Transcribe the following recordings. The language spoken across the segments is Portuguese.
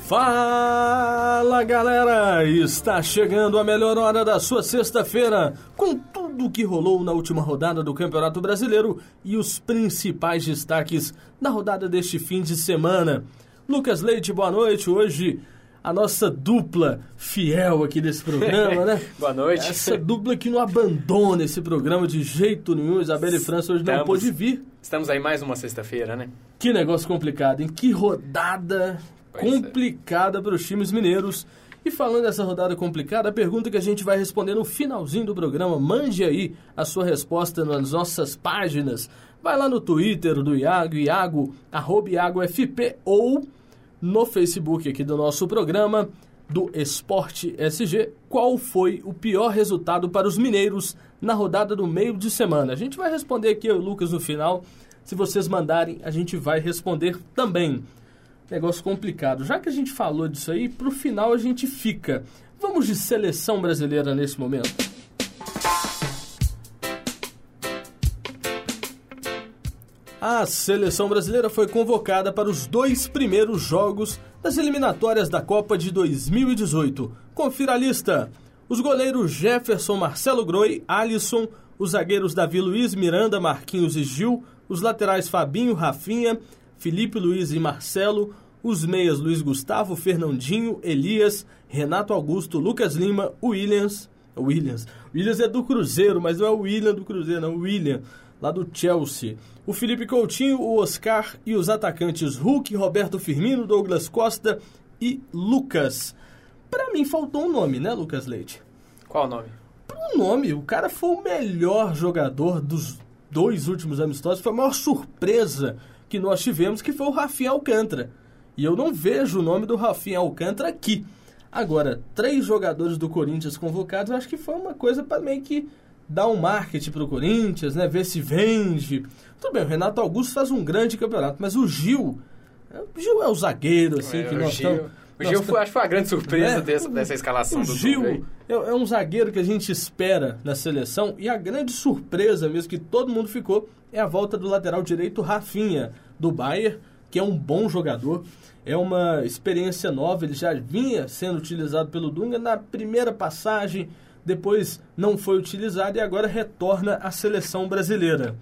Fala, galera! Está chegando a melhor hora da sua sexta-feira, com tudo o que rolou na última rodada do Campeonato Brasileiro e os principais destaques da rodada deste fim de semana. Lucas Leite, boa noite. Hoje, a nossa dupla fiel aqui desse programa, né? Boa noite. Essa dupla que não abandona esse programa de jeito nenhum. Isabela e França hoje não pôde vir. Estamos aí mais uma sexta-feira, né? Que negócio complicado, hein? Que rodada complicada para os times mineiros. E falando dessa rodada complicada, a pergunta que a gente vai responder no finalzinho do programa, mande aí a sua resposta nas nossas páginas. Vai lá no Twitter do Iago, @IagoFP, ou no Facebook aqui do nosso programa, do Esporte SG. Qual foi o pior resultado para os mineiros na rodada do meio de semana? A gente vai responder aqui, Lucas, no final. Se vocês mandarem, a gente vai responder também. Negócio complicado. Já que a gente falou disso aí, pro final a gente fica. Vamos de seleção brasileira nesse momento. A seleção brasileira foi convocada para os 2 primeiros jogos das eliminatórias da Copa de 2018. Confira a lista. Os goleiros Jefferson, Marcelo Groi, Alisson, os zagueiros Davi Luiz, Miranda, Marquinhos e Gil, os laterais Fabinho, Rafinha, Felipe Luiz e Marcelo, os meias Luiz Gustavo, Fernandinho, Elias, Renato Augusto, Lucas Lima, Williams é do Cruzeiro, mas não é o William do Cruzeiro, não, o William, lá do Chelsea. O Felipe Coutinho, o Oscar e os atacantes Hulk, Roberto Firmino, Douglas Costa e Lucas. Pra mim faltou um nome, né, Lucas Leite? Qual o nome? Um nome, o cara foi o melhor jogador dos 2 últimos amistosos, foi a maior surpresa que nós tivemos, que foi o Rafinha Alcântara. E eu não vejo o nome do Rafinha Alcântara aqui. Agora, 3 jogadores do Corinthians convocados, eu acho que foi uma coisa para meio que dar um marketing pro Corinthians, né? Ver se vende. Tudo bem, o Renato Augusto faz um grande campeonato, mas o Gil é o zagueiro, assim, que nós estamos... O Gil acho que foi a grande surpresa dessa escalação do Gil é um zagueiro que a gente espera na seleção, e a grande surpresa mesmo que todo mundo ficou é a volta do lateral direito Rafinha, do Bayern, que é um bom jogador, é uma experiência nova, ele já vinha sendo utilizado pelo Dunga na primeira passagem, depois não foi utilizado e agora retorna à seleção brasileira.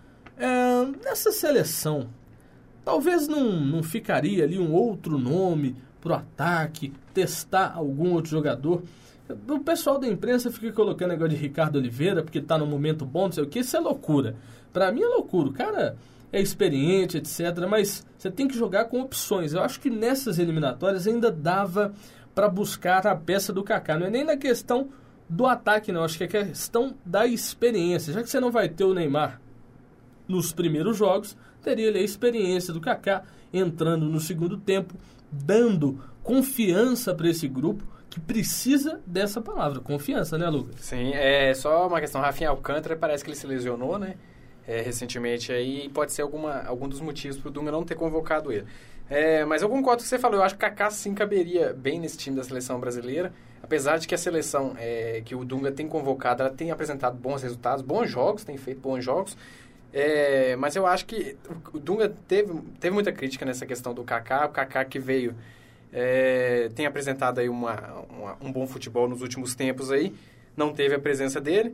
Nessa seleção, talvez não ficaria ali um outro nome pro ataque, testar algum outro jogador. O pessoal da imprensa fica colocando negócio de Ricardo Oliveira porque tá num momento bom, não sei o que, isso é loucura. Pra mim é loucura, o cara é experiente, etc, mas você tem que jogar com opções. Eu acho que nessas eliminatórias ainda dava para buscar a peça do Kaká. Não é nem na questão do ataque, não, acho que é questão da experiência. Já que você não vai ter o Neymar nos primeiros jogos, teria ali a experiência do Kaká entrando no segundo tempo, dando confiança para esse grupo que precisa dessa palavra, confiança, né, Lucas? Sim, é só uma questão. Rafinha Alcântara, parece que ele se lesionou, né, recentemente, aí pode ser algum dos motivos para o Dunga não ter convocado ele. Mas eu concordo com o que você falou, eu acho que o Kaká sim caberia bem nesse time da seleção brasileira, apesar de que a seleção que o Dunga tem convocado, ela tem apresentado bons resultados, bons jogos, tem feito bons jogos. Mas eu acho que o Dunga teve muita crítica nessa questão do Kaká. O Kaká que veio tem apresentado aí um bom futebol nos últimos tempos aí, não teve a presença dele.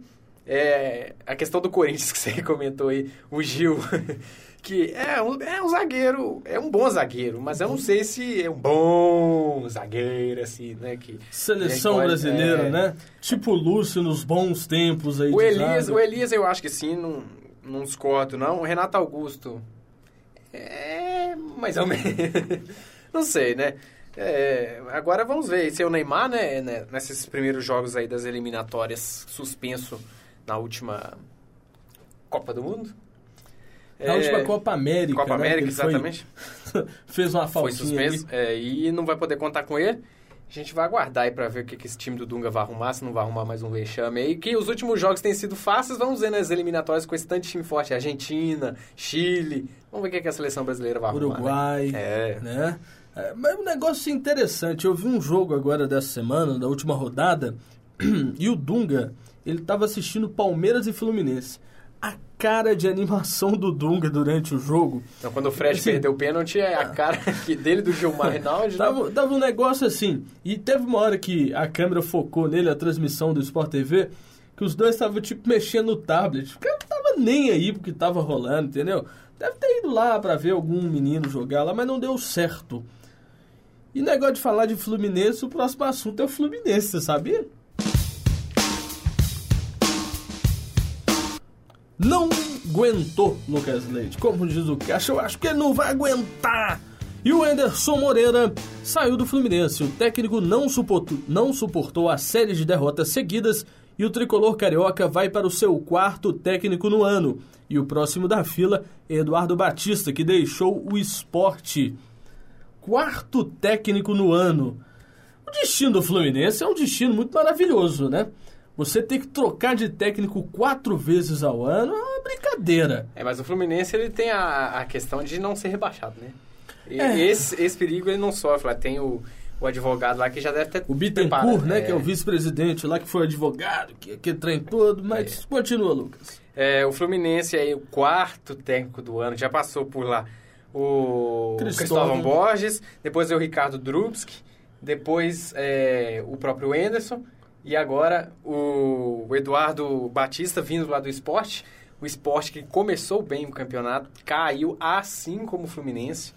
A questão do Corinthians que você comentou aí, o Gil, que é um zagueiro, é um bom zagueiro, mas eu não sei se é um bom zagueiro, assim, né? Seleção brasileira, né? Tipo o Lúcio nos bons tempos aí. O Elias eu acho que sim, não discordo, não. O Renato Augusto mais ou menos. Não sei, né? Agora vamos ver se é o Neymar, né? Nesses primeiros jogos aí das eliminatórias, suspenso na última Copa do Mundo. Na última Copa América. Copa América, exatamente. Fez uma faltinha. Foi suspenso, e não vai poder contar com ele. A gente vai aguardar aí pra ver o que esse time do Dunga vai arrumar, se não vai arrumar mais um vexame aí. Que os últimos jogos têm sido fáceis, vamos ver nas eliminatórias com esse tanto de time forte. Argentina, Chile, vamos ver o que a seleção brasileira vai arrumar. Uruguai, né? Mas um negócio interessante, eu vi um jogo agora dessa semana, da última rodada, e o Dunga, ele estava assistindo Palmeiras e Fluminense. a cara de animação do Dunga durante o jogo. Então, quando o Fred perdeu o pênalti, a cara dele do Gilmar Rinaldi... Tava um negócio assim. E teve uma hora que a câmera focou nele, a transmissão do Sport TV, que os dois estavam, tipo, mexendo no tablet. O cara não tava nem aí porque tava rolando, entendeu? Deve ter ido lá pra ver algum menino jogar lá, mas não deu certo. E negócio de falar de Fluminense, o próximo assunto é o Fluminense, você sabia? Não aguentou Lucas Leite. Como diz o Caixa, eu acho que ele não vai aguentar. E o Anderson Moreira saiu do Fluminense. O técnico não suportou a série de derrotas seguidas e o tricolor carioca vai para o seu 4º técnico no ano. E o próximo da fila é Eduardo Batista, que deixou o Sport. 4º técnico no ano. O destino do Fluminense é um destino muito maravilhoso, né? Você ter que trocar de técnico 4 vezes ao ano é uma brincadeira. Mas o Fluminense ele tem a questão de não ser rebaixado, né? Esse perigo ele não sofre. Lá tem o advogado lá que já deve ter... O Bittencourt, né? Que é o vice-presidente lá, que foi advogado, que trem todo. Mas continua, Lucas. O Fluminense aí, o 4º técnico do ano, já passou por lá o Cristóvão Borges, depois é o Ricardo Drubski, depois o próprio Anderson, e agora o Eduardo Batista vindo lá do Sport. O Sport que começou bem o campeonato, caiu assim como o Fluminense.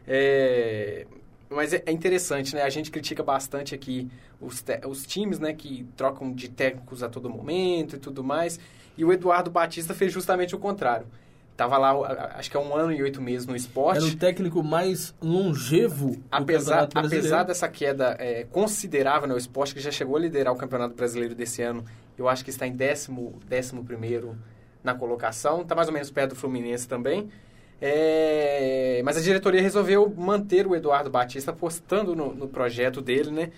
Mas é interessante, né? A gente critica bastante aqui os times, né, que trocam de técnicos a todo momento e tudo mais. E o Eduardo Batista fez justamente o contrário. Tava lá, acho que 1 ano e 8 meses no Sport. Era o técnico mais longevo do Campeonato Brasileiro. Apesar dessa queda considerável, né, o Sport que já chegou a liderar o Campeonato Brasileiro desse ano, eu acho que está em 11º na colocação. Está mais ou menos perto do Fluminense também. Mas a diretoria resolveu manter o Eduardo Batista apostando no projeto dele, né?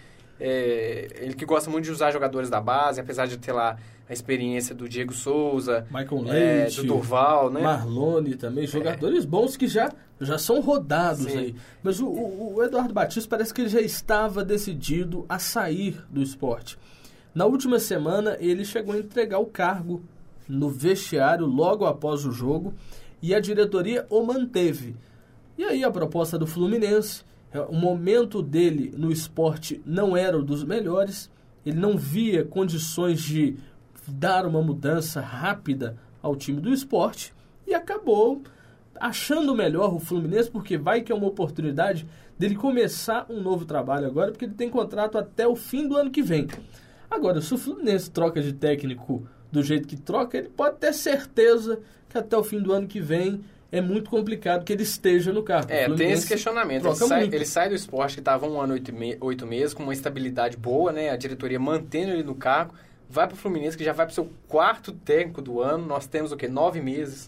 Ele que gosta muito de usar jogadores da base, apesar de ter lá a experiência do Diego Souza, Michael Leite, do Durval, né? Marlone também, jogadores bons que já são rodados aí. Mas o Eduardo Batista parece que ele já estava decidido a sair do Sport. Na última semana ele chegou a entregar o cargo no vestiário logo após o jogo e a diretoria o manteve. E aí a proposta do Fluminense, o momento dele no Sport não era o dos melhores, ele não via condições de dar uma mudança rápida ao time do Sport e acabou achando melhor o Fluminense, porque vai que é uma oportunidade dele começar um novo trabalho agora, porque ele tem contrato até o fim do ano que vem. Agora, se o Fluminense troca de técnico do jeito que troca, ele pode ter certeza que até o fim do ano que vem é muito complicado que ele esteja no cargo. Tem esse questionamento. Ele sai do Sport, que estava 1 ano e 8 meses, com uma estabilidade boa, né? A diretoria mantendo ele no cargo, vai para o Fluminense, que já vai para o seu 4º técnico do ano. Nós temos 9 meses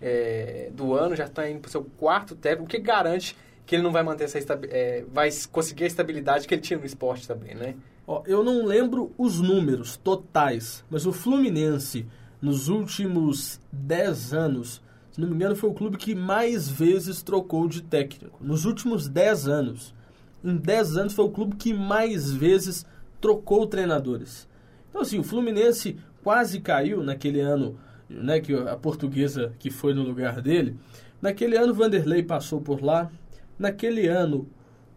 do ano, já está indo para o seu 4º técnico, o que garante que ele não vai manter vai conseguir a estabilidade que ele tinha no Sport também, né? Eu não lembro os números totais, mas o Fluminense, nos últimos 10 anos, se não me engano, foi o clube que mais vezes trocou de técnico. Nos últimos 10 anos. Em 10 anos foi o clube que mais vezes trocou treinadores. Então, assim, o Fluminense quase caiu naquele ano, né, que a Portuguesa que foi no lugar dele. Naquele ano, o Vanderlei passou por lá. Naquele ano,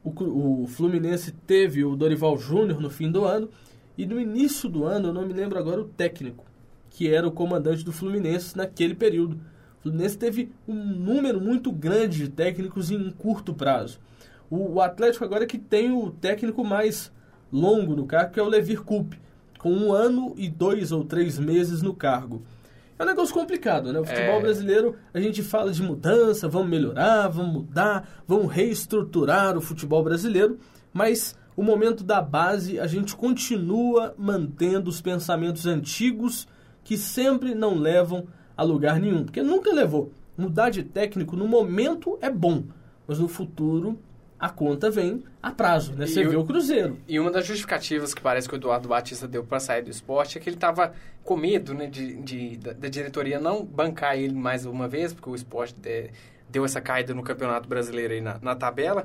o Fluminense teve o Dorival Júnior no fim do ano. E no início do ano, eu não me lembro agora o técnico, que era o comandante do Fluminense naquele período. O Fluminense teve um número muito grande de técnicos em curto prazo. O Atlético agora é que tem o técnico mais longo no cargo, que é o Levir Coupe, com 1 ano e 2 ou 3 meses no cargo. É um negócio complicado, né? O futebol brasileiro, a gente fala de mudança, vamos melhorar, vamos mudar, vamos reestruturar o futebol brasileiro, mas o momento da base, a gente continua mantendo os pensamentos antigos que sempre não levam a lugar nenhum, porque nunca levou. Mudar de técnico no momento é bom, mas no futuro a conta vem a prazo, né? Você vê o Cruzeiro. E uma das justificativas que parece que o Eduardo Batista deu para sair do Sport é que ele estava com medo, né, da diretoria não bancar ele mais uma vez, porque o Sport deu essa caída no Campeonato Brasileiro aí na tabela.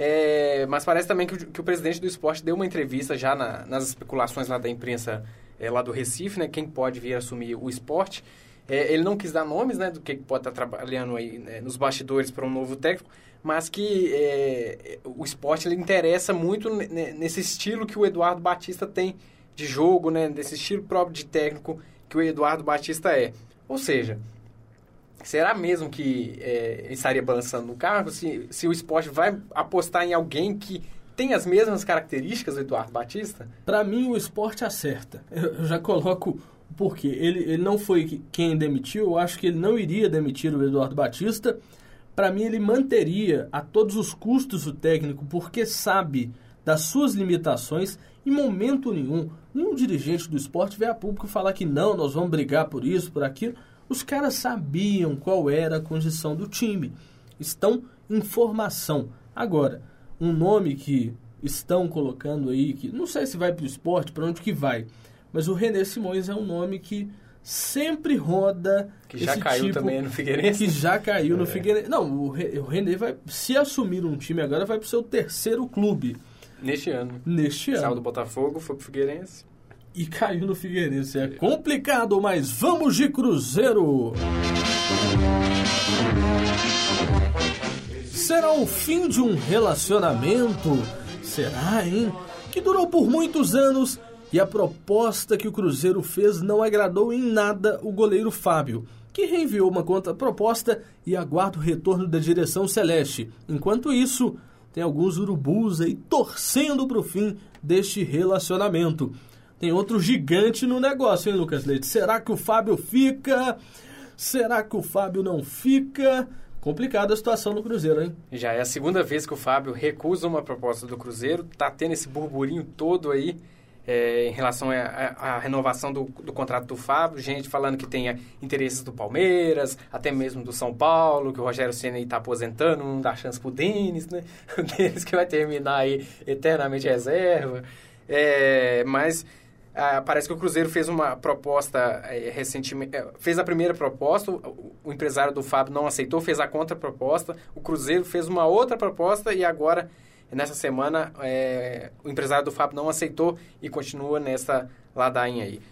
Mas parece também que o presidente do Sport deu uma entrevista já nas especulações lá da imprensa lá do Recife, né? Quem pode vir assumir o Sport. Ele não quis dar nomes, né, do que pode estar trabalhando aí, né, nos bastidores para um novo técnico, mas que o Sport ele interessa muito nesse estilo que o Eduardo Batista tem de jogo, né, desse estilo próprio de técnico que o Eduardo Batista é. Ou seja, será mesmo que ele estaria balançando no cargo se o Sport vai apostar em alguém que tem as mesmas características do Eduardo Batista? Para mim, o Sport acerta. Eu já coloco o porquê. Ele não foi quem demitiu, eu acho que ele não iria demitir o Eduardo Batista. Para mim, ele manteria a todos os custos o técnico, porque sabe das suas limitações. Em momento nenhum dirigente do Sport veio a público falar que não, nós vamos brigar por isso, por aquilo. Os caras sabiam qual era a condição do time. Estão em formação. Agora, um nome que estão colocando aí, que não sei se vai para o Sport, para onde que vai, mas o René Simões é um nome que sempre roda. Que já caiu também no Figueirense. Que já caiu no Figueirense. Não, o René vai, se assumir um time agora, vai para o seu terceiro clube. Neste ano. Saiu do Botafogo, foi pro Figueirense. E caiu no Figueirense. É complicado, mas vamos de Cruzeiro! Será o fim de um relacionamento? Será, hein? Que durou por muitos anos e a proposta que o Cruzeiro fez não agradou em nada o goleiro Fábio, que reenviou uma contraproposta e aguarda o retorno da direção celeste. Enquanto isso, tem alguns urubus aí torcendo pro fim deste relacionamento. Tem outro gigante no negócio, hein, Lucas Leite? Será que o Fábio fica? Será que o Fábio não fica? Complicada a situação no Cruzeiro, hein? Já é a segunda vez que o Fábio recusa uma proposta do Cruzeiro. Tá tendo esse burburinho todo aí em relação à renovação do contrato do Fábio. Gente falando que tem interesses do Palmeiras, até mesmo do São Paulo, que o Rogério Ceni está aposentando, não dá chance pro Denis, né? O Denis que vai terminar aí eternamente reserva. Mas parece que o Cruzeiro fez uma proposta recentemente. Fez a primeira proposta, o empresário do Fábio não aceitou, fez a contraproposta. O Cruzeiro fez uma outra proposta e agora, nessa semana, o empresário do Fábio não aceitou e continua nessa ladainha aí.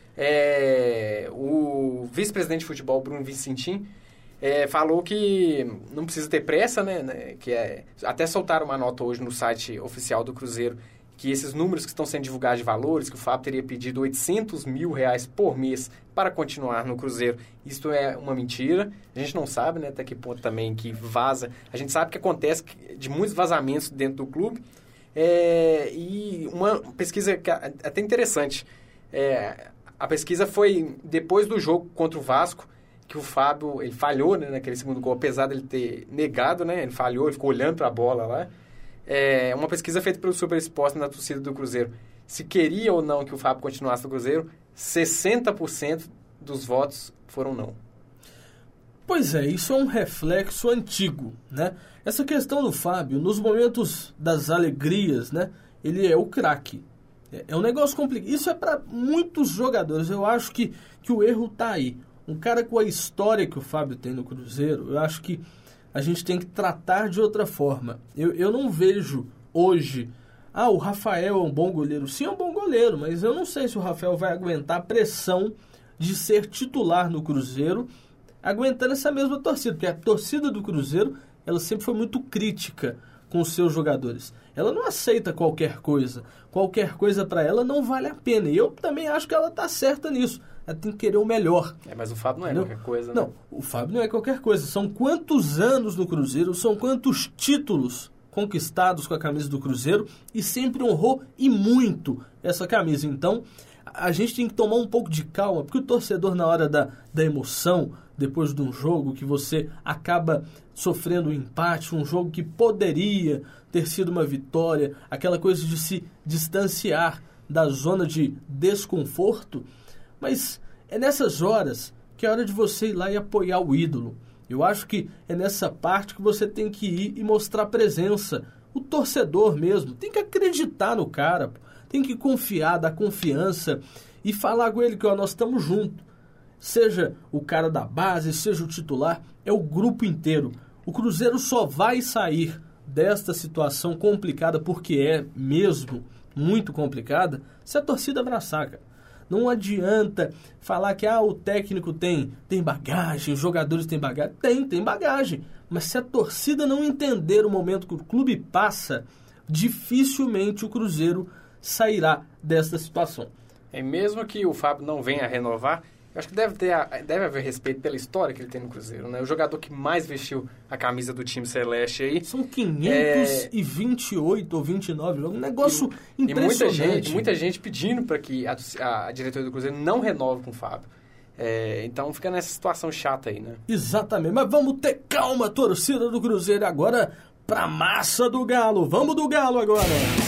O vice-presidente de futebol, Bruno Vicentim, falou que não precisa ter pressa, né? Até soltaram uma nota hoje no site oficial do Cruzeiro, que esses números que estão sendo divulgados de valores, que o Fábio teria pedido R$800 mil por mês para continuar no Cruzeiro, isto é uma mentira. A gente não sabe, né, até que ponto também que vaza. A gente sabe que acontece de muitos vazamentos dentro do clube. E uma pesquisa até interessante. A pesquisa foi depois do jogo contra o Vasco, que o Fábio ele falhou, né, naquele segundo gol, apesar dele ter negado, né, ele falhou, ele ficou olhando para a bola lá. Uma pesquisa feita pelo Super Esporte na torcida do Cruzeiro. Se queria ou não que o Fábio continuasse no Cruzeiro, 60% dos votos foram não. Pois é, isso é um reflexo antigo, né? Essa questão do Fábio, nos momentos das alegrias, né? Ele é o craque. É um negócio complicado. Isso é para muitos jogadores. Eu acho que o erro tá aí. Um cara com a história que o Fábio tem no Cruzeiro, eu acho que a gente tem que tratar de outra forma. Eu não vejo hoje... o Rafael é um bom goleiro. Sim, é um bom goleiro, mas eu não sei se o Rafael vai aguentar a pressão de ser titular no Cruzeiro, aguentando essa mesma torcida. Porque a torcida do Cruzeiro, ela sempre foi muito crítica com os seus jogadores. Ela não aceita qualquer coisa. Qualquer coisa para ela não vale a pena. E eu também acho que ela está certa nisso. Ela tem que querer o melhor. Mas o Fábio não é qualquer coisa, né? Não, o Fábio não é qualquer coisa. São quantos anos no Cruzeiro, são quantos títulos conquistados com a camisa do Cruzeiro e sempre honrou e muito essa camisa. Então, a gente tem que tomar um pouco de calma, porque o torcedor, na hora da emoção, depois de um jogo que você acaba sofrendo um empate, um jogo que poderia ter sido uma vitória, aquela coisa de se distanciar da zona de desconforto, mas é nessas horas que é hora de você ir lá e apoiar o ídolo. Eu acho que é nessa parte que você tem que ir e mostrar presença. O torcedor mesmo tem que acreditar no cara, tem que confiar, dar confiança e falar com ele que nós estamos juntos. Seja o cara da base, seja o titular, é o grupo inteiro. O Cruzeiro só vai sair desta situação complicada, porque é mesmo muito complicada, se a torcida abraçar, cara. Não adianta falar que o técnico tem bagagem, os jogadores têm bagagem. Tem bagagem. Mas se a torcida não entender o momento que o clube passa, dificilmente o Cruzeiro sairá desta situação. E mesmo que o Fábio não venha a renovar, eu acho que deve haver respeito pela história que ele tem no Cruzeiro, né? O jogador que mais vestiu a camisa do time celeste aí... São 528 ou 29 jogos, um negócio impressionante. E muita gente pedindo para que a diretoria do Cruzeiro não renove com o Fábio. Então fica nessa situação chata aí, né? Exatamente, mas vamos ter calma, torcida do Cruzeiro, agora pra massa do Galo. Vamos do Galo agora!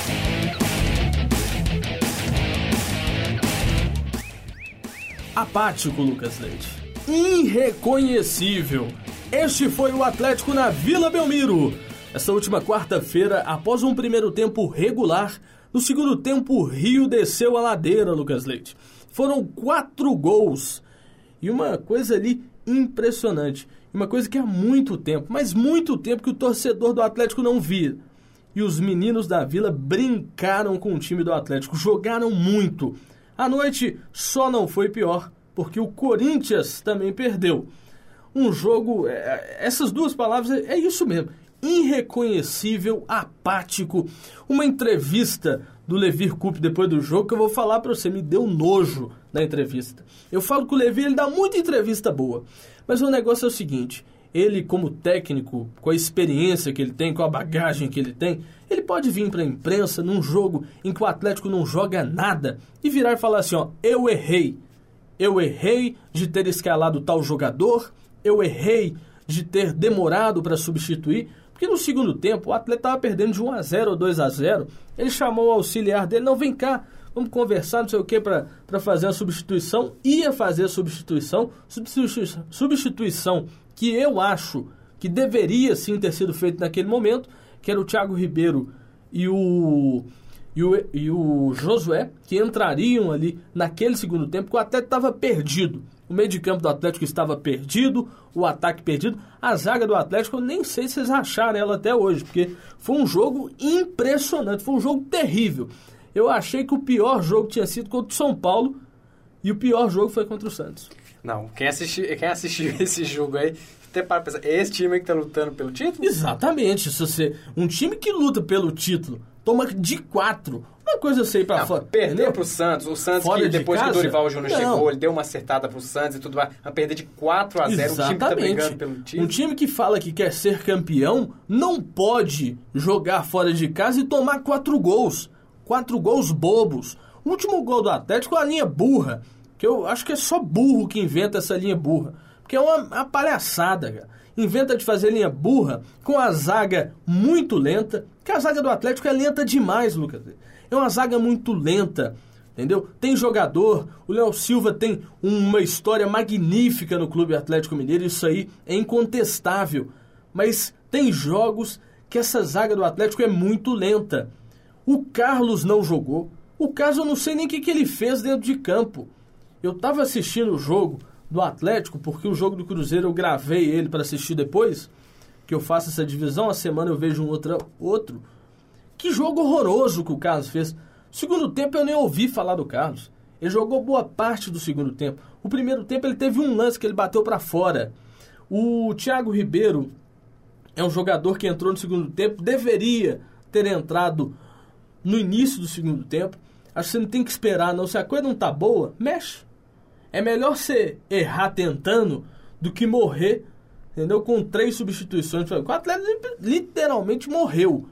Apático, Lucas Leite. Irreconhecível. Este foi o Atlético na Vila Belmiro. Essa última quarta-feira, após um primeiro tempo regular, no segundo tempo o Rio desceu a ladeira, Lucas Leite. Foram 4 gols. E uma coisa ali impressionante. Uma coisa que há muito tempo, mas muito tempo que o torcedor do Atlético não via. E os meninos da Vila brincaram com o time do Atlético, jogaram muito. A noite só não foi pior, porque o Corinthians também perdeu. Um jogo, essas duas palavras, é isso mesmo, irreconhecível, apático. Uma entrevista do Levir Coupe depois do jogo, que eu vou falar pra você, me deu nojo na entrevista. Eu falo que o Levir, ele dá muita entrevista boa, mas o negócio é o seguinte, ele como técnico, com a experiência que ele tem, com a bagagem que ele tem, ele pode vir para a imprensa num jogo em que o Atlético não joga nada e virar e falar assim, eu errei de ter escalado tal jogador, eu errei de ter demorado para substituir, porque no segundo tempo o Atlético estava perdendo de 1-0 ou 2-0, ele chamou o auxiliar dele, não, vem cá, vamos conversar, não sei o que, para fazer a substituição, ia fazer a substituição que eu acho que deveria sim ter sido feito naquele momento, que era o Thiago Ribeiro e o Josué, que entrariam ali naquele segundo tempo, que o Atlético estava perdido. O meio de campo do Atlético estava perdido, o ataque perdido. A zaga do Atlético, eu nem sei se vocês acharam ela até hoje, porque foi um jogo impressionante, foi um jogo terrível. Eu achei que o pior jogo tinha sido contra o São Paulo e o pior jogo foi contra o Santos. Não, quem assistiu esse jogo aí, até para pensar, é esse time que está lutando pelo título? Exatamente, um time que luta pelo título, toma de 4, uma coisa eu sei pra fora. Perdeu pro Santos, o Santos fora que depois que o Dorival Júnior chegou, ele deu uma acertada pro Santos e tudo mais, a perder de 4-0, um time que tá brigando pelo título. Um time que fala que quer ser campeão, não pode jogar fora de casa e tomar 4 gols. 4 gols bobos. O último gol do Atlético é a linha burra, que eu acho que é só burro que inventa essa linha burra. Porque é uma palhaçada, cara. Inventa de fazer linha burra com a zaga muito lenta, que a zaga do Atlético é lenta demais, Lucas. É uma zaga muito lenta, entendeu? Tem jogador, o Léo Silva tem uma história magnífica no Clube Atlético Mineiro, isso aí é incontestável. Mas tem jogos que essa zaga do Atlético é muito lenta. O Carlos não jogou. O Carlos eu não sei nem o que ele fez dentro de campo. Eu estava assistindo o jogo do Atlético, porque o jogo do Cruzeiro eu gravei ele para assistir depois, que eu faço essa divisão, a semana eu vejo um outro. Que jogo horroroso que o Carlos fez. Segundo tempo eu nem ouvi falar do Carlos. Ele jogou boa parte do segundo tempo. O primeiro tempo ele teve um lance que ele bateu para fora. O Thiago Ribeiro é um jogador que entrou no segundo tempo, deveria ter entrado no início do segundo tempo. Acho que você não tem que esperar, não. Se a coisa não tá boa, mexe. É melhor você errar tentando do que morrer, entendeu? Com 3 substituições. O Atlético literalmente morreu.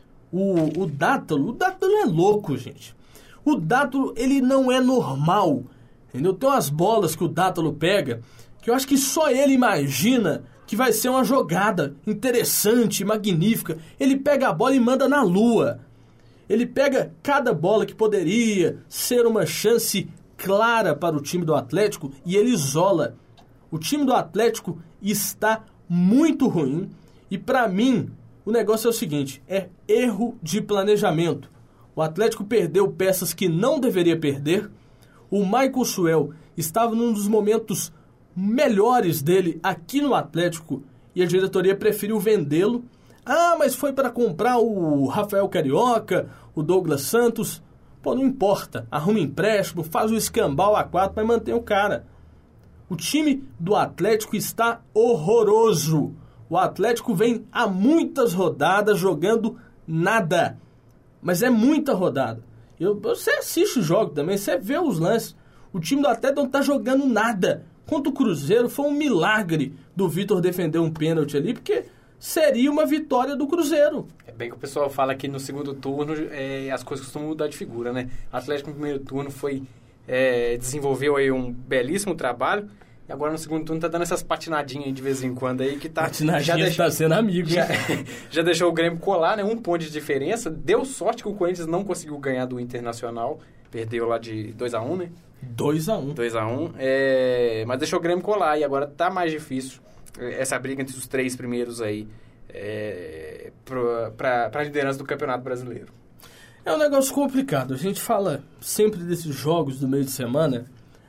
O Dátalo é louco, gente. O Dátalo, ele não é normal, entendeu? Tem umas bolas que o Dátalo pega, que eu acho que só ele imagina que vai ser uma jogada interessante, magnífica. Ele pega a bola e manda na lua. Ele pega cada bola que poderia ser uma chance clara para o time do Atlético e ele isola. O time do Atlético está muito ruim e para mim o negócio é o seguinte, é erro de planejamento. O Atlético perdeu peças que não deveria perder. O Michael Suel estava num dos momentos melhores dele aqui no Atlético e a diretoria preferiu vendê-lo. Ah, mas foi para comprar o Rafael Carioca, o Douglas Santos. Pô, não importa. Arruma empréstimo, faz o escambau a 4, mas mantém o cara. O time do Atlético está horroroso. O Atlético vem há muitas rodadas jogando nada. Mas é muita rodada. Você assiste o jogo também, você vê os lances. O time do Atlético não está jogando nada. Contra o Cruzeiro foi um milagre do Vitor defender um pênalti ali, porque seria uma vitória do Cruzeiro. É bem que o pessoal fala que no segundo turno as coisas costumam mudar de figura, né? O Atlético no primeiro turno desenvolveu aí um belíssimo trabalho. E agora no segundo turno tá dando essas patinadinhas de vez em quando aí que tá... Patinadinha tá sendo amigo, já deixou o Grêmio colar, né? 1 ponto de diferença. Deu sorte que o Corinthians não conseguiu ganhar do Internacional. Perdeu lá de 2-1, né? 2-1. 2-1. Mas deixou o Grêmio colar e agora tá mais difícil essa briga entre os 3 primeiros aí pra liderança do Campeonato Brasileiro. É um negócio complicado. A gente fala sempre desses jogos do meio de semana,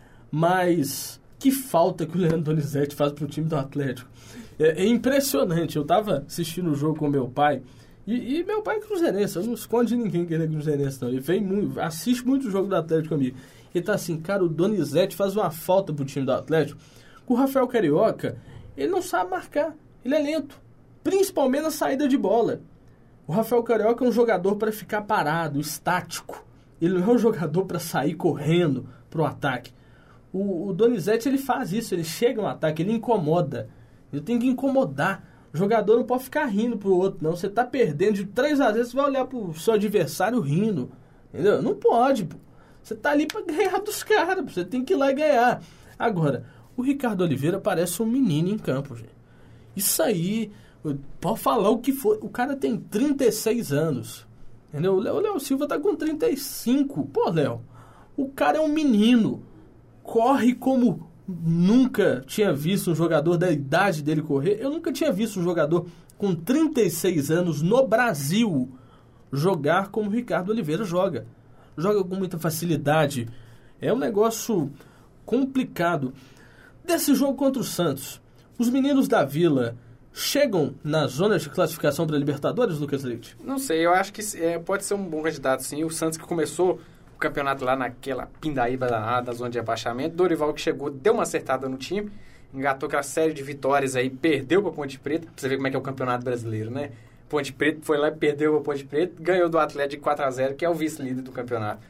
mas... que falta que o Leandro Donizete faz pro time do Atlético. É impressionante. Eu tava assistindo o jogo com meu pai, e meu pai é cruzeirense, eu não esconde de ninguém que ele é cruzeirense, não. Ele vem muito, assiste muito o jogo do Atlético comigo. Ele tá assim, cara, o Donizete faz uma falta pro time do Atlético. O Rafael Carioca, ele não sabe marcar, ele é lento, principalmente na saída de bola. O Rafael Carioca é um jogador para ficar parado, estático. Ele não é um jogador para sair correndo pro ataque. O Donizete, ele faz isso, ele chega no ataque, ele incomoda. Ele tem que incomodar. O jogador não pode ficar rindo pro outro, não. Você tá perdendo de 3-0, você vai olhar pro seu adversário rindo. Entendeu? Não pode, pô. Você tá ali pra ganhar dos caras, você tem que ir lá e ganhar. Agora, o Ricardo Oliveira parece um menino em campo, gente. Isso aí, pode falar o que for. O cara tem 36 anos. Entendeu? O Léo Silva tá com 35. Pô, Léo, o cara é um menino. Corre como nunca tinha visto um jogador da idade dele correr. Eu nunca tinha visto um jogador com 36 anos no Brasil jogar como o Ricardo Oliveira joga. Joga com muita facilidade. É um negócio complicado. Desse jogo contra o Santos, os meninos da Vila chegam na zona de classificação para a Libertadores, Lucas Leite? Não sei, eu acho que pode ser um bom candidato, sim. O Santos que começou o campeonato lá naquela pindaíba danada, zona de abaixamento. Dorival que chegou, deu uma acertada no time, engatou aquela série de vitórias aí, perdeu para Ponte Preta, pra você ver como é que é o campeonato brasileiro, né? Ponte Preta foi lá e perdeu para Ponte Preta, ganhou do Atlético de 4-0, que é o vice-líder do campeonato.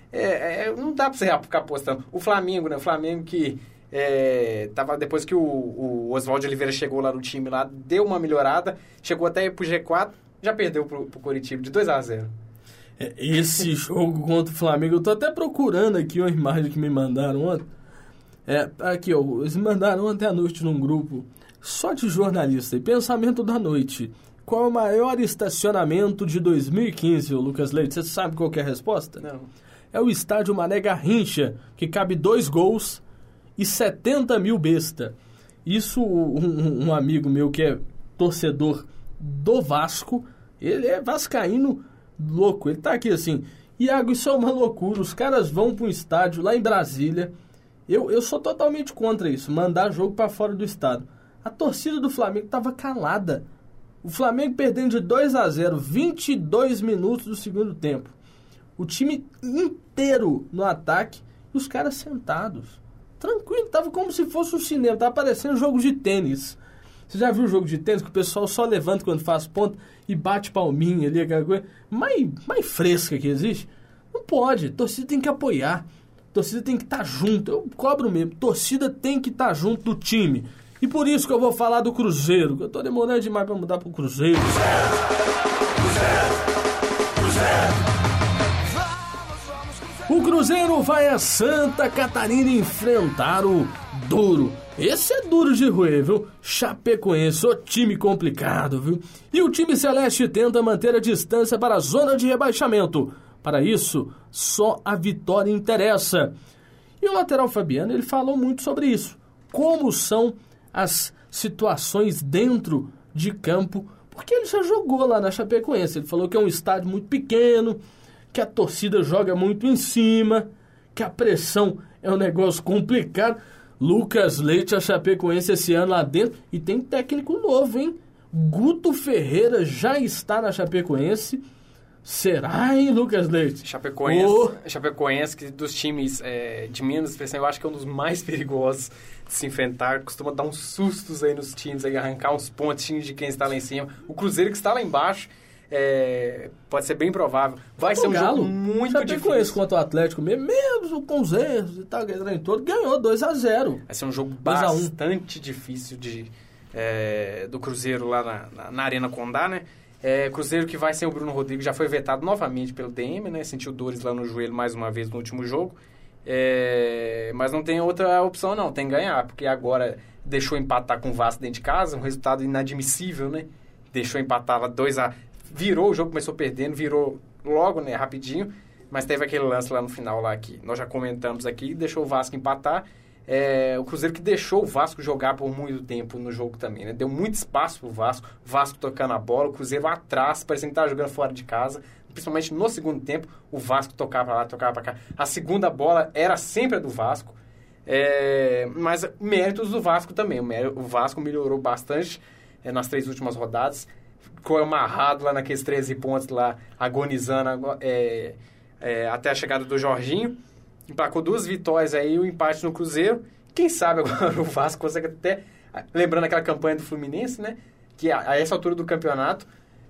Não dá para você ficar apostando. O Flamengo, né? O Flamengo que tava, depois que o Oswaldo Oliveira chegou lá no time, lá deu uma melhorada, chegou até pro G4, já perdeu pro Coritiba de 2-0. Esse jogo contra o Flamengo, eu tô até procurando aqui uma imagem que me mandaram ontem. Aqui, ó, eles me mandaram ontem à noite num grupo só de jornalista. E pensamento da noite: qual é o maior estacionamento de 2015, Lucas Leite? Você sabe qual que é a resposta? Não. É o estádio Mané Garrincha, que cabe 2 gols e 70 mil besta. Isso, um amigo meu que é torcedor do Vasco, ele é vascaíno louco, ele tá aqui assim: Iago, isso é uma loucura, os caras vão para um estádio lá em Brasília. Eu sou totalmente contra isso, mandar jogo para fora do estado. A torcida do Flamengo tava calada. O Flamengo perdendo de 2-0, 22 minutos do segundo tempo. O time inteiro no ataque e os caras sentados. Tranquilo, tava como se fosse um cinema, tava parecendo jogo de tênis. Você já viu o jogo de tênis que o pessoal só levanta quando faz ponta e bate palminha ali, aquela coisa mais fresca que existe? Não pode, torcida tem que apoiar, torcida tem que estar junto, eu cobro mesmo, torcida tem que estar junto do time. E por isso que eu vou falar do Cruzeiro, que eu tô demorando demais pra mudar pro Cruzeiro. O Cruzeiro vai a Santa Catarina enfrentar o duro. Esse é duro de roer, viu? Chapecoense, o time complicado, viu? E o time celeste tenta manter a distância para a zona de rebaixamento. Para isso, só a vitória interessa. E o lateral Fabiano, ele falou muito sobre isso. Como são as situações dentro de campo, porque ele já jogou lá na Chapecoense. Ele falou que é um estádio muito pequeno, que a torcida joga muito em cima, que a pressão é um negócio complicado. Lucas Leite, a Chapecoense esse ano lá dentro, e tem técnico novo, hein? Guto Ferreira já está na Chapecoense. Será, hein, Lucas Leite? Chapecoense, que dos times de menos expressão, eu acho que é um dos mais perigosos de se enfrentar. Costuma dar uns sustos aí nos times, aí, arrancar uns pontinhos de quem está lá em cima. O Cruzeiro, que está lá embaixo, pode ser bem provável. Vai ser um jogo muito difícil. Chapecoense contra o Atlético, mesmo com os erros e tal, ganhou 2-0. Vai ser um jogo bastante difícil do Cruzeiro lá na Arena Condá, né? Cruzeiro que vai sem o Bruno Rodrigues, já foi vetado novamente pelo DM, né? Sentiu dores lá no joelho mais uma vez no último jogo. Mas não tem outra opção, não. Tem que ganhar, porque agora deixou empatar com o Vasco dentro de casa, um resultado inadmissível, né? Deixou empatar lá 2-0. Virou o jogo, começou perdendo, virou logo, né? Rapidinho. Mas teve aquele lance lá no final, lá que nós já comentamos aqui, deixou o Vasco empatar. O Cruzeiro que deixou o Vasco jogar por muito tempo no jogo também, né? Deu muito espaço pro Vasco, o Vasco tocando a bola, o Cruzeiro atrás, parecendo que estava jogando fora de casa, principalmente no segundo tempo, o Vasco tocava pra lá, tocava pra cá. A segunda bola era sempre a do Vasco, mas méritos do Vasco também. O Vasco melhorou bastante nas 3 últimas rodadas, ficou amarrado lá naqueles 13 pontos lá, agonizando até a chegada do Jorginho. Emplacou 2 vitórias aí, o empate no Cruzeiro. Quem sabe agora o Vasco consegue até... Lembrando aquela campanha do Fluminense, né? Que a essa altura do campeonato,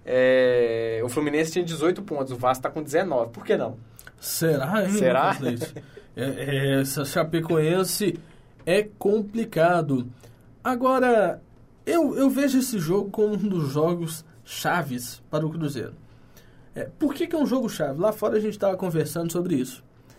o Fluminense tinha 18 pontos, o Vasco está com 19. Por que não? Será, hein? Será? Essa Chapecoense é complicado. Agora, eu vejo esse jogo como um dos jogos chaves para o Cruzeiro. Por que é um jogo chave? Lá fora a gente estava conversando sobre isso.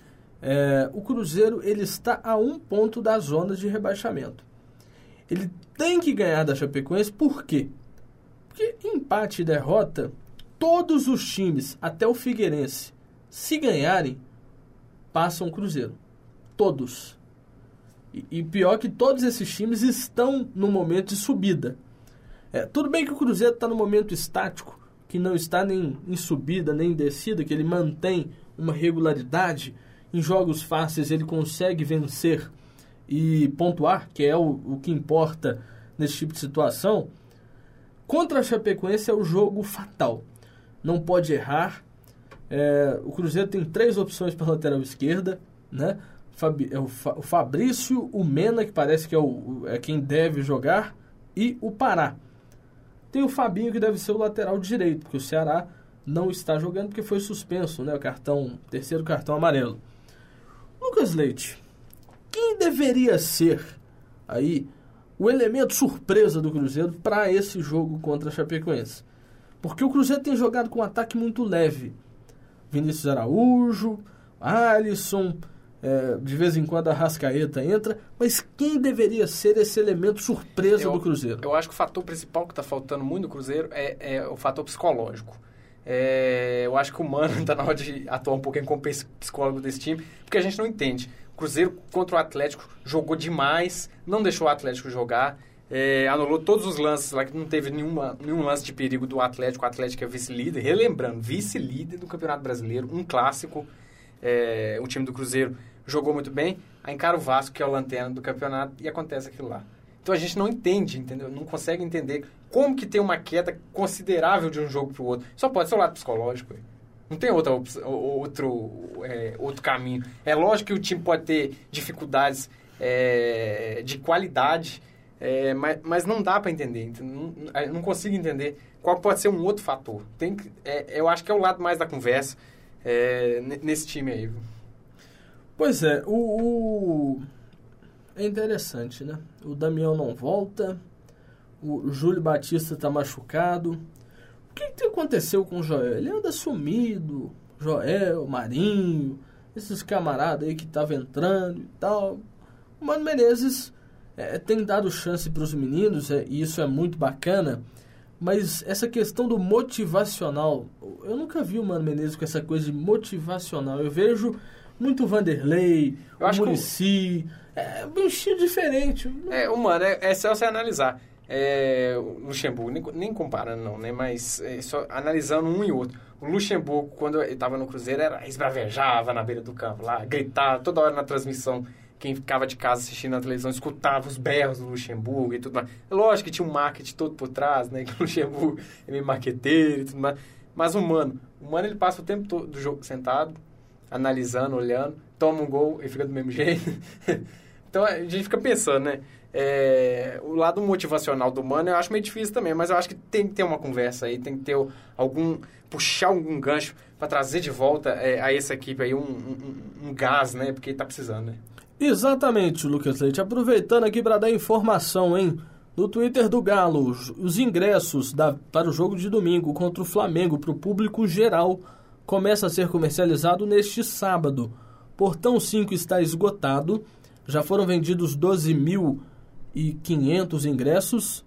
O Cruzeiro ele está a 1 ponto da zona de rebaixamento. Ele tem que ganhar da Chapecoense, por quê? Porque empate e derrota, todos os times, até o Figueirense, se ganharem, passam o Cruzeiro. Todos. E pior que todos esses times estão no momento de subida. Tudo bem que o Cruzeiro está no momento estático, que não está nem em subida, nem em descida, que ele mantém uma regularidade. Em jogos fáceis ele consegue vencer e pontuar, que é o que importa nesse tipo de situação. Contra a Chapecoense é o jogo fatal. Não pode errar. O Cruzeiro tem 3 opções para a lateral esquerda, né? O Fabrício, o Mena, que parece que é quem deve jogar, e o Pará. Tem o Fabinho, que deve ser o lateral direito, porque o Ceará não está jogando porque foi suspenso, né? Terceiro cartão amarelo. Lucas Leite, quem deveria ser aí o elemento surpresa do Cruzeiro para esse jogo contra a Chapecoense? Porque o Cruzeiro tem jogado com um ataque muito leve. Vinícius Araújo, Alisson, de vez em quando a Arrascaeta entra, mas quem deveria ser esse elemento surpresa do Cruzeiro? Eu acho que o fator principal que está faltando muito no Cruzeiro é o fator psicológico. Eu acho que o Mano está na hora de atuar um pouquinho como psicólogo desse time, porque a gente não entende. O Cruzeiro contra o Atlético jogou demais, não deixou o Atlético jogar, anulou todos os lances lá, que não teve nenhum lance de perigo do Atlético. O Atlético é vice-líder, relembrando, vice-líder do Campeonato Brasileiro, um clássico. O time do Cruzeiro jogou muito bem, aí encara o Vasco, que é o lanterna do campeonato, e acontece aquilo lá. Então a gente não entende, entendeu? Não consegue entender como que tem uma queda considerável de um jogo para o outro. Só pode ser o lado psicológico. Não tem outro caminho. É lógico que o time pode ter dificuldades de qualidade, mas não dá para entender. Não consigo entender qual pode ser um outro fator. Eu acho que é o lado mais da conversa nesse time aí. Pois é, é interessante, né? O Damião não volta, o Júlio Batista está machucado. O que aconteceu com o Joel? Ele anda sumido, Joel, Marinho, esses camaradas aí que estavam entrando e tal. O Mano Menezes tem dado chance para os meninos, e isso é muito bacana, mas essa questão do motivacional, eu nunca vi o Mano Menezes com essa coisa de motivacional. Eu vejo muito Vanderlei, o Muricy, um estilo diferente. Mano, é só você analisar. O Luxemburgo, nem comparando não, né? Mas só analisando um e outro. O Luxemburgo, quando ele estava no Cruzeiro, esbravejava na beira do campo lá, gritava toda hora na transmissão. Quem ficava de casa assistindo na televisão escutava os berros do Luxemburgo e tudo mais. Lógico que tinha um marketing todo por trás, né? Que o Luxemburgo é meio marqueteiro e tudo mais. Mas o Mano ele passa o tempo todo do jogo sentado, analisando, olhando, toma um gol e fica do mesmo jeito. Então a gente fica pensando, né? O lado motivacional do Mano eu acho meio difícil também, mas eu acho que tem que ter uma conversa aí, tem que ter puxar algum gancho para trazer de volta a essa equipe aí um gás, né? Porque tá precisando, né? Exatamente, Lucas Leite. Aproveitando aqui para dar informação, hein? No Twitter do Galo, os ingressos para o jogo de domingo contra o Flamengo para o público geral começa a ser comercializado neste sábado. Portão 5 está esgotado, já foram vendidos 12.500 ingressos.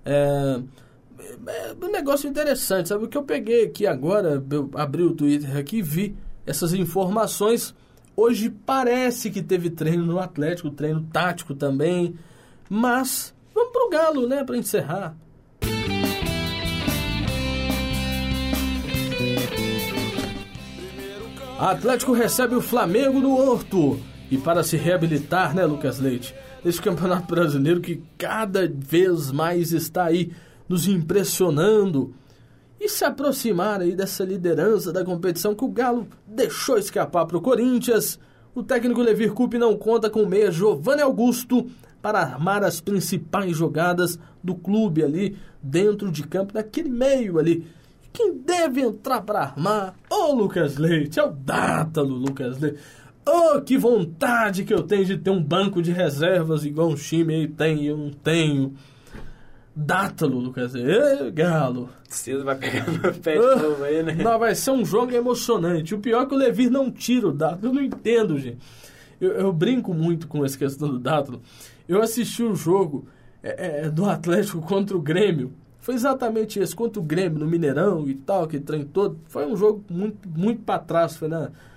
Um negócio interessante, sabe? O que eu peguei aqui agora, eu abri o Twitter aqui e vi essas informações. Hoje parece que teve treino no Atlético, treino tático também, mas vamos pro Galo, né, para encerrar. Atlético recebe o Flamengo no Horto. E para se reabilitar, né, Lucas Leite? Esse campeonato brasileiro que cada vez mais está aí nos impressionando. E se aproximar aí dessa liderança da competição que o Galo deixou escapar para o Corinthians. O técnico Levir Coupe não conta com o meia Giovanni Augusto para armar as principais jogadas do clube ali dentro de campo, naquele meio ali. Quem deve entrar para armar? Lucas Leite, é o Dátalo, Lucas Leite. Que vontade que eu tenho de ter um banco de reservas igual um time aí tem e eu não tenho. Dátalo, Lucas Leite. Galo. Cedo vai pegar no pé de novo aí, né? Não, vai ser um jogo emocionante. O pior é que o Levir não tira o Dátalo. Eu não entendo, gente. Eu brinco muito com essa questão do Dátalo. Eu assisti o jogo do Atlético contra o Grêmio. Foi exatamente esse, contra o Grêmio, no Mineirão e tal, que trem todo. Foi um jogo muito, muito para trás, foi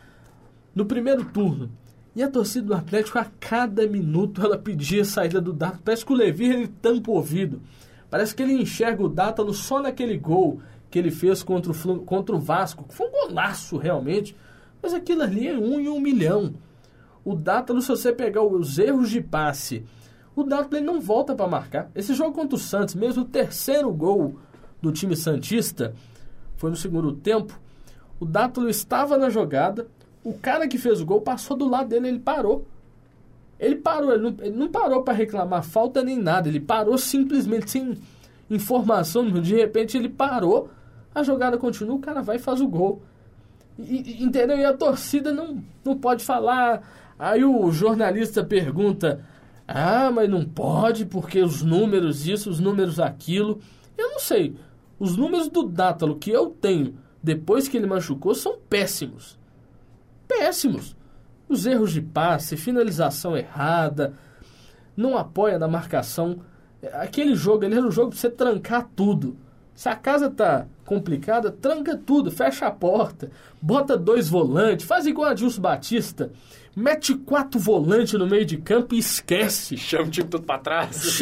no primeiro turno. E a torcida do Atlético, a cada minuto, ela pedia a saída do Dátalo. Parece que o Levir, ele tampa o ouvido. Parece que ele enxerga o Dátalo só naquele gol que ele fez contra o Vasco, que foi um golaço, realmente. Mas aquilo ali é 1 em 1 milhão. O Dátalo, se você pegar os erros de passe, o Dátalo ele não volta para marcar. Esse jogo contra o Santos, mesmo o terceiro gol do time santista, foi no segundo tempo. O Dátalo estava na jogada, o cara que fez o gol passou do lado dele, ele parou. Ele não parou para reclamar falta nem nada, ele parou simplesmente sem informação, de repente ele parou, a jogada continua, o cara vai e faz o gol. Entendeu? E a torcida não pode falar. Aí o jornalista pergunta: mas não pode porque os números isso, os números aquilo. Eu não sei. Os números do Dátalo que eu tenho depois que ele machucou são péssimos. Péssimos. Os erros de passe, finalização errada, não apoia na marcação. Aquele jogo ali era um jogo pra você trancar tudo. Se a casa tá complicada, tranca tudo, fecha a porta, bota 2 volantes, faz igual a Adilson Batista, mete 4 volantes no meio de campo e esquece. Chama o time todo pra trás.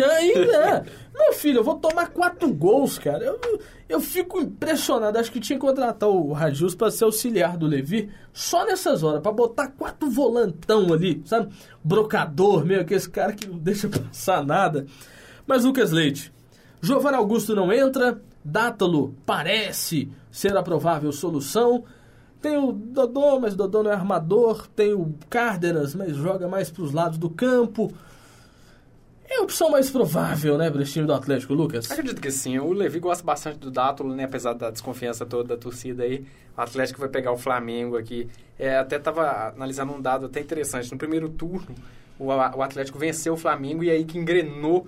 Meu filho, eu vou tomar 4 gols, cara. Eu fico impressionado. Acho que tinha que contratar o Radilson pra ser auxiliar do Levir só nessas horas, pra botar 4 volantão ali, sabe? Brocador, meio que esse cara que não deixa passar nada. Mas Lucas Leite, Giovanni Augusto não entra, Dátalo parece ser a provável solução. Tem o Dodô, mas o Dodô não é armador. Tem o Cárdenas, mas joga mais para os lados do campo. É a opção mais provável, né, para esse time do Atlético, Lucas? Acredito que sim. O Levi gosta bastante do Dátalo, né, apesar da desconfiança toda da torcida aí. O Atlético vai pegar o Flamengo aqui. Até estava analisando um dado até interessante. No primeiro turno, o Atlético venceu o Flamengo e aí que engrenou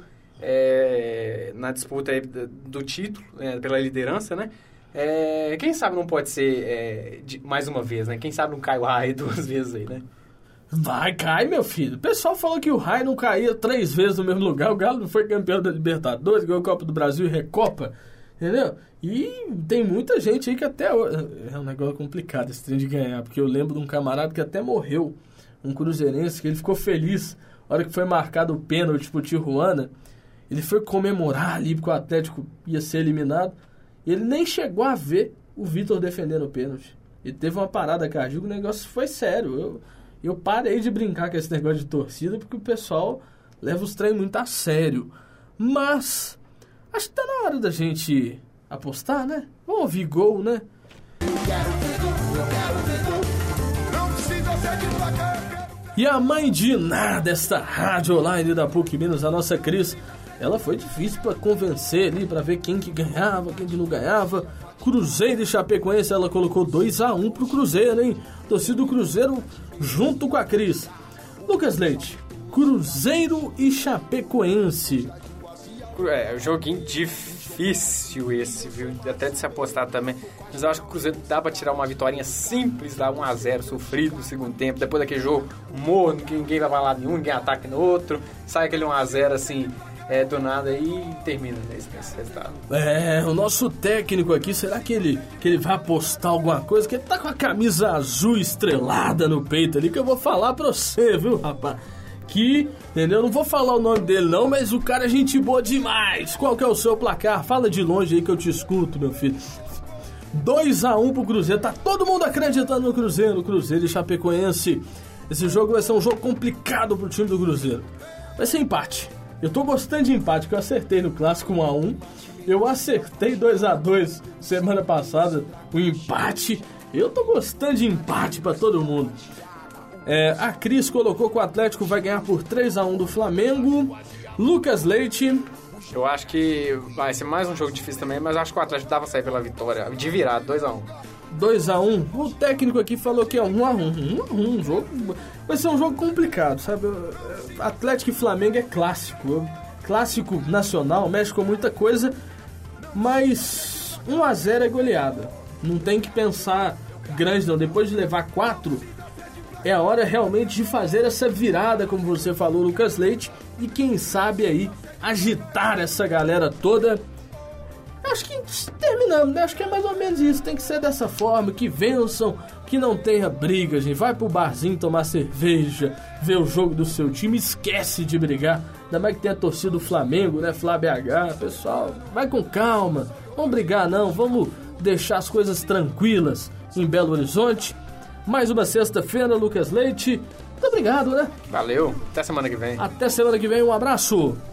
na disputa aí do título, pela liderança, né? Quem sabe não pode ser mais uma vez, né? Quem sabe não cai o Rai 2 vezes aí, né? Vai, cai, meu filho. O pessoal falou que o Rai não caía 3 vezes no mesmo lugar. O Galo não foi campeão da Libertadores, ganhou a Copa do Brasil e Recopa, entendeu? E tem muita gente aí que até hoje... É um negócio complicado esse trem de ganhar, porque eu lembro de um camarada que até morreu, um cruzeirense, que ele ficou feliz na hora que foi marcado o pênalti pro Tijuana. Ele foi comemorar ali porque o Atlético ia ser eliminado. E ele nem chegou a ver o Vitor defendendo o pênalti. Ele teve uma parada cardíaca, o negócio foi sério. Eu parei de brincar com esse negócio de torcida porque o pessoal leva os treinos muito a sério. Mas acho que tá na hora da gente apostar, né? Vamos ouvir gol, né? E a mãe de nada desta rádio online da PUC Minas, a nossa Cris, ela foi difícil para convencer ali, para ver quem que ganhava, quem que não ganhava. Cruzeiro e Chapecoense, ela colocou 2-1 pro Cruzeiro, hein? Torcida do Cruzeiro junto com a Cris. Lucas Leite, Cruzeiro e Chapecoense. É um joguinho difícil esse, viu? Até de se apostar também. Mas eu acho que o Cruzeiro dá pra tirar uma vitória simples, lá 1-0, sofrido no segundo tempo. Depois daquele jogo morno, que ninguém vai pra lado nenhum, ninguém ataca no outro. Sai aquele 1-0 assim, do nada e termina nesse resultado. O nosso técnico aqui, será que ele vai apostar alguma coisa? Que ele tá com a camisa azul estrelada no peito ali, que eu vou falar pra você, viu, rapaz? Que, entendeu? Não vou falar o nome dele não, mas o cara é gente boa demais. Qual que é o seu placar? Fala de longe aí que eu te escuto, meu filho. 2-1 pro Cruzeiro. Tá todo mundo acreditando no Cruzeiro e Chapecoense. Esse jogo vai ser um jogo complicado pro time do Cruzeiro. Vai ser empate. Eu tô gostando de empate, porque eu acertei no clássico 1-1. Eu acertei 2-2 semana passada, o empate. Eu tô gostando de empate pra todo mundo. A Cris colocou que o Atlético vai ganhar por 3-1 do Flamengo. Lucas Leite. Eu acho que vai ser mais um jogo difícil também, mas acho que o Atlético dava sair pela vitória, de virar, 2-1. 2-1. O técnico aqui falou que é 1-1. 1-1. Jogo vai ser um jogo complicado, sabe? Atlético e Flamengo é clássico. Clássico nacional, mexe com muita coisa, mas 1-0 é goleada. Não tem que pensar grande não. Depois de levar 4, é a hora realmente de fazer essa virada, como você falou, Lucas Leite, e quem sabe aí agitar essa galera toda. Acho que terminamos, né? Acho que é mais ou menos isso. Tem que ser dessa forma, que vençam, que não tenha briga, gente. Vai pro barzinho tomar cerveja, ver o jogo do seu time, esquece de brigar. Ainda mais que tem a torcida do Flamengo, né? Flá BH, pessoal, vai com calma. Vamos brigar não, vamos deixar as coisas tranquilas em Belo Horizonte. Mais uma sexta-feira, Lucas Leite. Muito obrigado, né? Valeu, até semana que vem. Até semana que vem, um abraço.